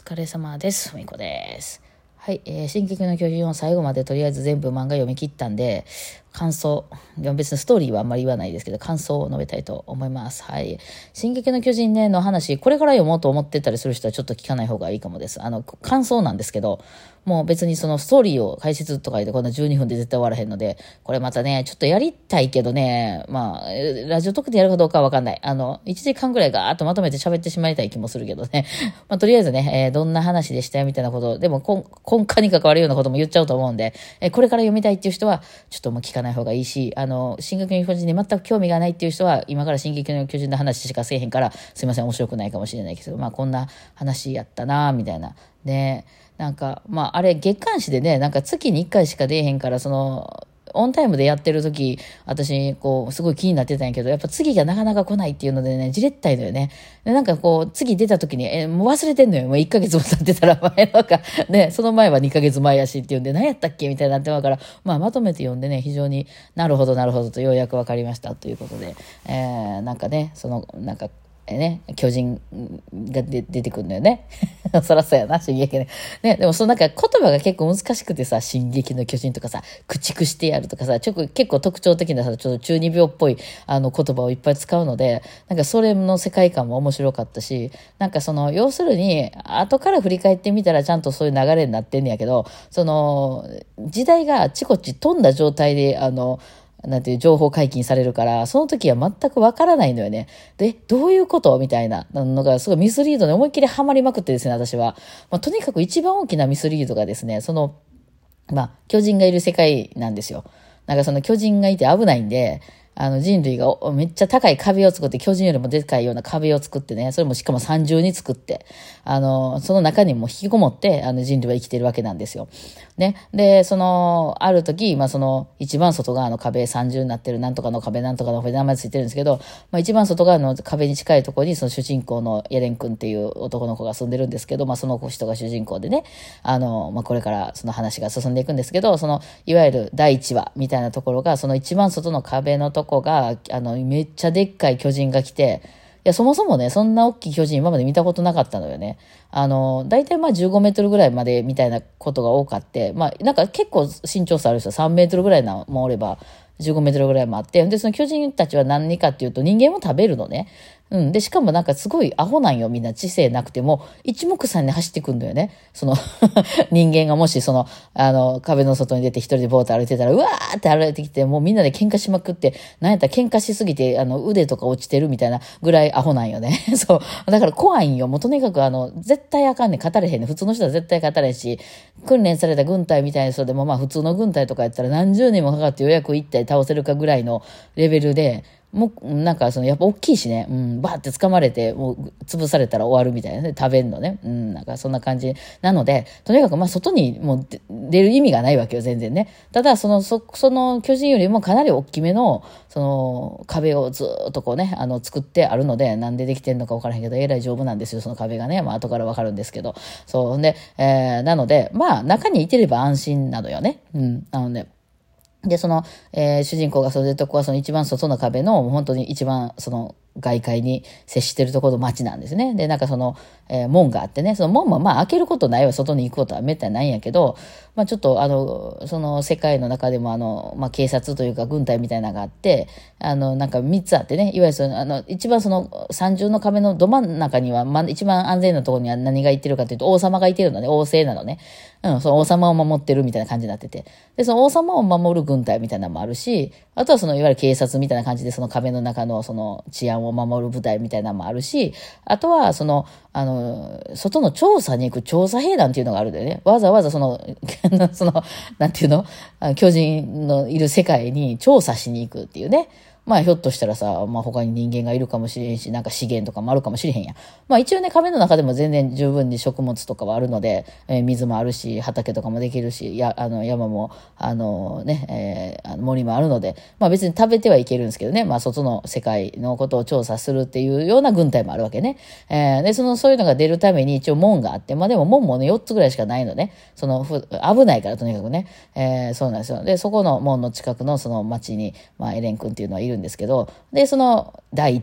疲れ様です。ふみこです。はい、進撃の巨人を最後までとりあえず全部漫画読み切ったんで、感想、別にストーリーはあんまり言わないですけど、感想を述べたいと思います。はい。進撃の巨人ね、の話、これから読もうと思ってたりする人はちょっと聞かない方がいいかもです。感想なんですけど、もう別にそのストーリーを解説とかでこんな12分で絶対終わらへんので、これまたね、ちょっとやりたいけどね、ラジオトークでやるかどうかはわかんない。1時間ぐらいガーッとまとめて喋ってしまいたい気もするけどね。とりあえずね、どんな話でしたよみたいなこと、でも根幹に関わるようなことも言っちゃうと思うんで、これから読みたいっていう人は、ちょっともう聞かない方がいいし、進撃の巨人に全く興味がないっていう人は、今から進撃の巨人の話しかせえへんから、すいません、面白くないかもしれないけど、こんな話やったなみたいな。で、あれ、月刊誌でね、月に1回しか出えへんから、オンタイムでやってる時、私、すごい気になってたんやけど、やっぱ次がなかなか来ないっていうのでね、じれったいのよね。で、次出た時に、もう忘れてんのよ。もう1ヶ月も経ってたら前ね、その前は2ヶ月前やしっていうんで、何やったっけみたいになってまうから、まとめて読んでね、非常になるほどなるほどとようやくわかりましたということで、巨人が出てくるんだよね。そらそうやな、進撃ね。ね、でも言葉が結構難しくてさ、進撃の巨人とかさ、駆逐してやるとかさ、結構特徴的なさ、ちょっと中二病っぽい言葉をいっぱい使うので、それの世界観も面白かったし、要するに、後から振り返ってみたらちゃんとそういう流れになってんねやけど、時代があっちこっち飛んだ状態で、なんていう情報解禁されるから、その時は全くわからないのよね。で、どういうことみたいなのがすごいミスリードで思いっきりハマりまくってですね、私は。とにかく一番大きなミスリードがですね、巨人がいる世界なんですよ。その巨人がいて危ないんで、人類がめっちゃ高い壁を作って、巨人よりもでかいような壁を作ってね、それもしかも三重に作って、その中にも引きこもって、人類は生きてるわけなんですよ。ね。で、ある時、一番外側の壁、三重になってるなんとかの壁、なんとかの壁、名前ついてるんですけど、一番外側の壁に近いところに、その主人公のエレン君っていう男の子が住んでるんですけど、その人が主人公でね、これからその話が進んでいくんですけど、いわゆる第一話みたいなところが、その一番外の壁のとこが、めっちゃでっかい巨人が来て、いや、そもそもね、そんな大きい巨人今まで見たことなかったのよね。だいたい15メートルぐらいまでみたいなことが多かって、結構身長差ある人は3メートルぐらいなもおれば、15メートルぐらいもあって、で、その巨人たちは何かっていうと人間を食べるのね。で、しかもすごいアホなんよ、みんな知性なくても、一目散に走ってくんだよね。人間がもし壁の外に出て一人でボーッと歩いてたら、うわーって歩いてきて、もうみんなで喧嘩しまくって、なんやったら喧嘩しすぎて、腕とか落ちてるみたいなぐらいアホなんよね。そう。だから怖いんよ。もうとにかく絶対あかんねん。勝たれへんねん。普通の人は絶対勝たれへんし、訓練された軍隊みたいな人でも、普通の軍隊とかやったら何十年もかかってようやく一体倒せるかぐらいのレベルで、もう、やっぱ大きいしね、バーって掴まれて、もう、潰されたら終わるみたいなね、食べんのね。そんな感じ。なので、とにかく、外にもう出る意味がないわけよ、全然ね。ただ、その巨人よりもかなり大きめの、壁をずっと作ってあるので、なんでできてんのか分からへんけど、えらい丈夫なんですよ、その壁がね。後から分かるんですけど。そう。で、なので、中にいてれば安心なのよね。で、主人公がそういうとこは一番外の壁の、本当に一番外界に接してるところの街なんですね。で、門があってね、その門も開けることないわ、外に行くことはめったにないんやけど、ちょっとその世界の中でも警察というか軍隊みたいなのがあって、3つあってね、いわゆる一番三重の壁のど真ん中には、一番安全なところには何がいてるかというと、王様がいてるのね、王政なのね。その王様を守ってるみたいな感じになってて。で、その王様を守る軍隊みたいなのもあるし、あとはいわゆる警察みたいな感じで、その壁の中の治安を守る部隊みたいなのもあるし、あとは外の調査に行く調査兵団っていうのがあるんだよね。わざわざなんていうの巨人のいる世界に調査しに行くっていうね。ひょっとしたらさ、他に人間がいるかもしれんし、資源とかもあるかもしれへんやん。一応ね、壁の中でも全然十分に食物とかはあるので、水もあるし、畑とかもできるし、山も、森もあるので、別に食べてはいけるんですけどね、外の世界のことを調査するっていうような軍隊もあるわけね。で、そういうのが出るために一応門があって、でも門もね、4つぐらいしかないのね。危ないからとにかくね。そうなんですよ。で、そこの門の近くのその町に、エレン君っていうのはいるんですけど、で、第1話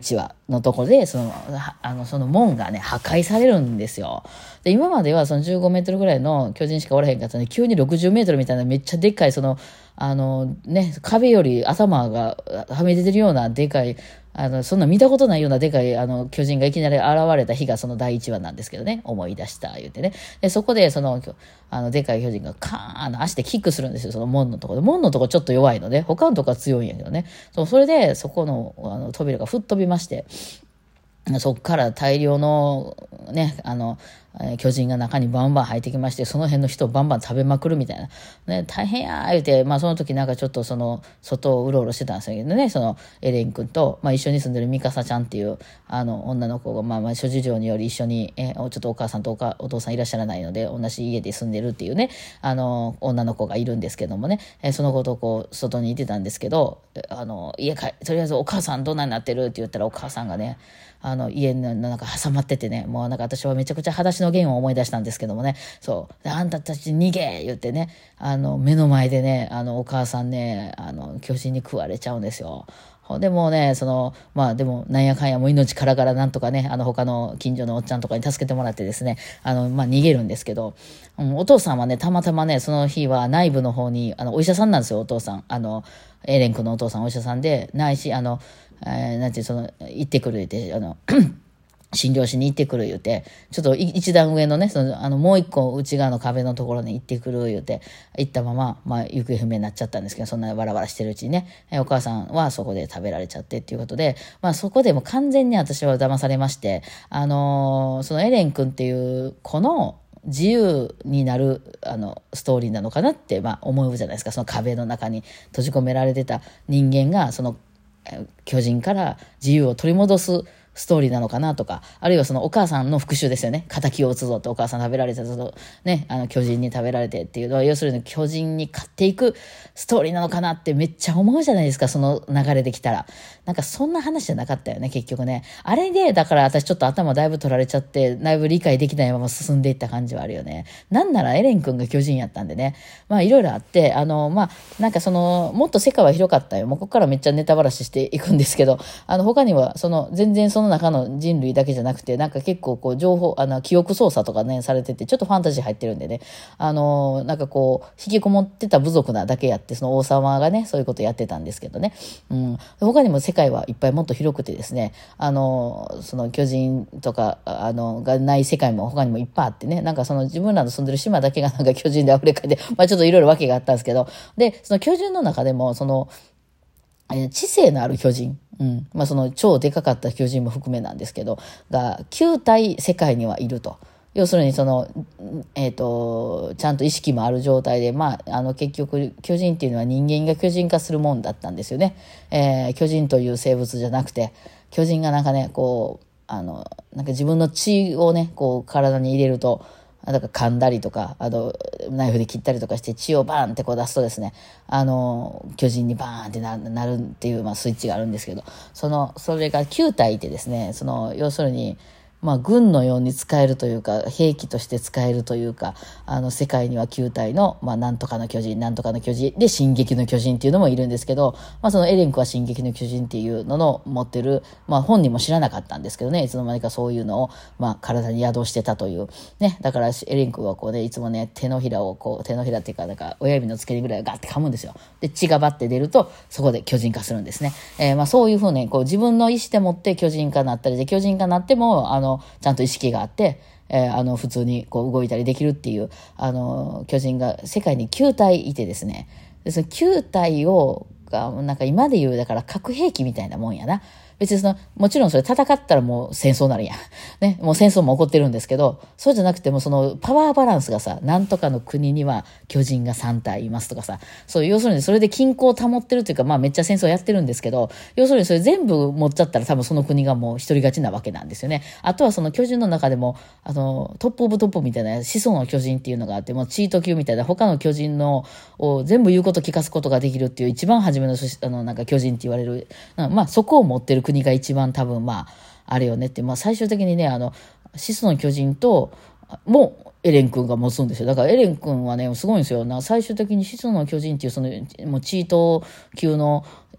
のところで、その門がね、破壊されるんですよ。で、今まではその15メートルぐらいの巨人しかおらへんかったのに、急に60メートルみたいなめっちゃでっかい、壁より頭がはみ出てるようなでかい、そんな見たことないようなでかい、巨人がいきなり現れた日がその第1話なんですけどね、思い出した言ってね。で、そこででかい巨人がカーン足でキックするんですよ、その門のところで。門のところちょっと弱いので、他のところは強いんやけどね。それで、そこの、扉が吹っ飛びまして、そっから大量のね、巨人が中にバンバン入ってきまして、その辺の人をバンバン食べまくるみたいな。ね、大変やー言うて、その時なんかちょっと外をうろうろしてたんですけどね、エレン君と、一緒に住んでるミカサちゃんっていう、女の子が、諸事情により一緒に、ちょっとお母さんとお父さんいらっしゃらないので、同じ家で住んでるっていうね、女の子がいるんですけどもね、その子と外にいてたんですけど、とりあえずお母さんどんなになってるって言ったら、お母さんがね、家の中挟まっててね、もうなんか私はめちゃくちゃ裸足の弦を思い出したんですけどもね、そうで、あんたたち逃げ言ってね、目の前でね、お母さんね、巨人に食われちゃうんですよ。でもね、でも、なんやかんやもう命からがらなんとかね、他の近所のおっちゃんとかに助けてもらってですね、逃げるんですけど、お父さんはね、たまたまね、その日は内部の方に、お医者さんなんですよ、お父さん。エレン君のお父さんお医者さんで、ないし、なんていう、行ってくるって、診療しに行ってくる言うて、ちょっと一段上のね、もう一個内側の壁のところに行ってくる言うて、行ったまま、行方不明になっちゃったんですけど、そんなバラバラしてるうちにね、お母さんはそこで食べられちゃってっていうことで、そこでも完全に私は騙されまして、そのエレン君っていう子の自由になる、ストーリーなのかなって、思うじゃないですか。その壁の中に閉じ込められてた人間が、巨人から自由を取り戻すストーリーなのかなとか、あるいはそのお母さんの復讐ですよね。仇を討つぞってお母さん食べられてね、巨人に食べられてっていうのは、要するに巨人に勝っていくストーリーなのかなってめっちゃ思うじゃないですか、その流れできたら。なんかそんな話じゃなかったよね、結局ね。あれで、だから私ちょっと頭だいぶ取られちゃって、だいぶ理解できないまま進んでいった感じはあるよね。なんならエレン君が巨人やったんでね。いろいろあって、なんかもっと世界は広かったよ。もうここからめっちゃネタばらししていくんですけど、他には、全然その中の人類だけじゃなくて、なんか結構情報、記憶操作とかね、されてて、ちょっとファンタジー入ってるんでね、なんか引きこもってた部族なだけやって、その王様がね、そういうことやってたんですけどね。他にも世界はいっぱいもっと広くてですね、その巨人とか、がない世界も他にもいっぱいあってね、なんか自分らの住んでる島だけがなんか巨人で溢れかえて、ちょっといろいろ訳があったんですけど、で、その巨人の中でも、知性のある巨人、超でかかった巨人も含めなんですけど、が9体世界にはいると。要するにちゃんと意識もある状態で、結局巨人っていうのは人間が巨人化するもんだったんですよね。巨人という生物じゃなくて、巨人がなんかね、なんか自分の血をね、体に入れると、だから噛んだりとか、ナイフで切ったりとかして血をバーンって出すとですね、巨人にバーンってなるっていう、スイッチがあるんですけど、それが9体いてですね、要するに、軍のように使えるというか、兵器として使えるというか、世界には9体の、なんとかの巨人、なんとかの巨人で、進撃の巨人っていうのもいるんですけど、そのエレンクは進撃の巨人っていうのの持ってる、本人も知らなかったんですけどね、いつの間にかそういうのを、体に宿してたという。ね、だからエレンクはいつもね、手のひらっていうか、なんか親指の付け根ぐらいガッて噛むんですよ。で、血がバッて出ると、そこで巨人化するんですね。そういうふうに、自分の意思でもって巨人化になったりで、巨人化になっても、ちゃんと意識があって、普通に動いたりできるっていう、巨人が世界に9体いてですね。で、その9体なんか今で言う、だから核兵器みたいなもんやな。別にもちろんそれ戦ったらもう戦争になるやん。ね。もう戦争も起こってるんですけど、そうじゃなくてもパワーバランスがさ、なんとかの国には巨人が3体いますとかさ、要するにそれで均衡を保ってるというか、めっちゃ戦争やってるんですけど、要するにそれ全部持っちゃったら多分その国がもう一人勝ちなわけなんですよね。あとは巨人の中でも、トップオブトップみたいな始祖の巨人っていうのがあって、もうチート級みたいな他の巨人を全部言うこと聞かすことができるっていう一番初めのなんか巨人って言われる、そこを持ってる国が一番多分あれよねって、最終的にね、始祖の巨人もエレン君が持つんですよ。だからエレン君はね、すごいんですよ。最終的に始祖の巨人っていうもうチート級の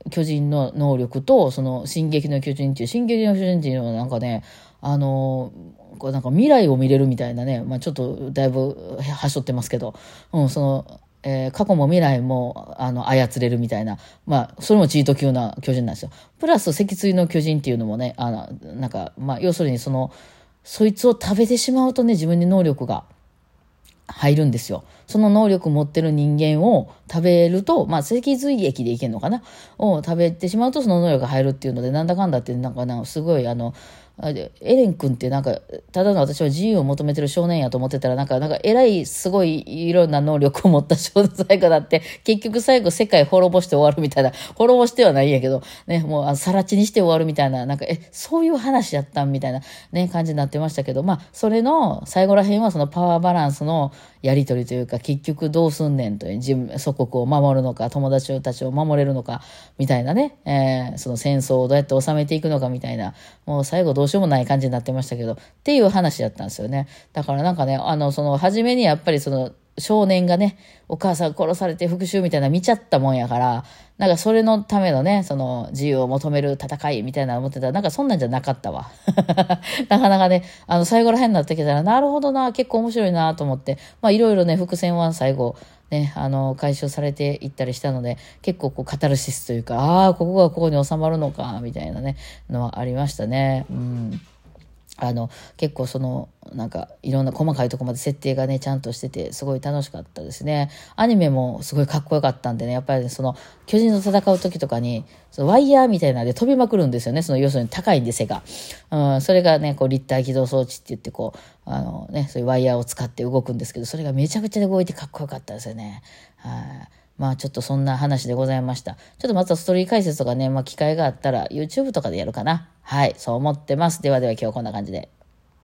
巨人の能力と、その進撃の巨人っていう、進撃の巨人っていうのはなんかね、こうなんか未来を見れるみたいなね、まあちょっとだいぶはしょってますけど、その、過去も未来も操れるみたいな、まあそれもチート級な巨人なんですよ。プラス脊椎の巨人っていうのもね、なんかまあ要するにそいつを食べてしまうとね、自分に能力が入るんですよ。その能力持ってる人間を食べると、まあ、脊髄液でいけるのかなを食べてしまうとその能力が入るっていうので、なんだかんだって、なんかすごいエレン君ってなんか、ただの私は自由を求めてる少年やと思ってたら、なんか偉い、すごいいろんな能力を持った少年最後だって、結局最後世界滅ぼして終わるみたいな、滅ぼしてはないんやけど、ね、もうさら地にして終わるみたいな、なんか、そういう話やったんみたいなね、感じになってましたけど、まあ、それの最後らへんはそのパワーバランスのやりとりというか、結局どうすんねんという、祖国を守るのか、友達たちを守れるのか、みたいなね、その戦争をどうやって収めていくのかみたいな、もう最後どうしようもない感じになってましたけど、っていう話だったんですよね。だからなんかね、初めにやっぱり少年がね、お母さん殺されて復讐みたいな見ちゃったもんやから、なんかそれのためのね、自由を求める戦いみたいなの思ってたら、なんかそんなんじゃなかったわ。なかなかね、最後ら辺になってきたら、なるほどな、結構面白いなと思って、まあいろいろね、伏線は最後、ね、回収されていったりしたので、結構こうカタルシスというか、ああ、ここがここに収まるのか、みたいなね、のはありましたね。うん。結構なんかいろんな細かいところまで設定がねちゃんとしててすごい楽しかったですね。アニメもすごいかっこよかったんでね、やっぱり巨人と戦う時とかにワイヤーみたいなので飛びまくるんですよね。要するに高いんで背が、それがねこう立体起動装置って言ってこうそういうワイヤーを使って動くんですけど、それがめちゃくちゃ動いてかっこよかったですよね。まあちょっとそんな話でございました。ちょっとまたストーリー解説とかね、まあ機会があったら YouTube とかでやるかな。はい、そう思ってます。ではでは今日はこんな感じで。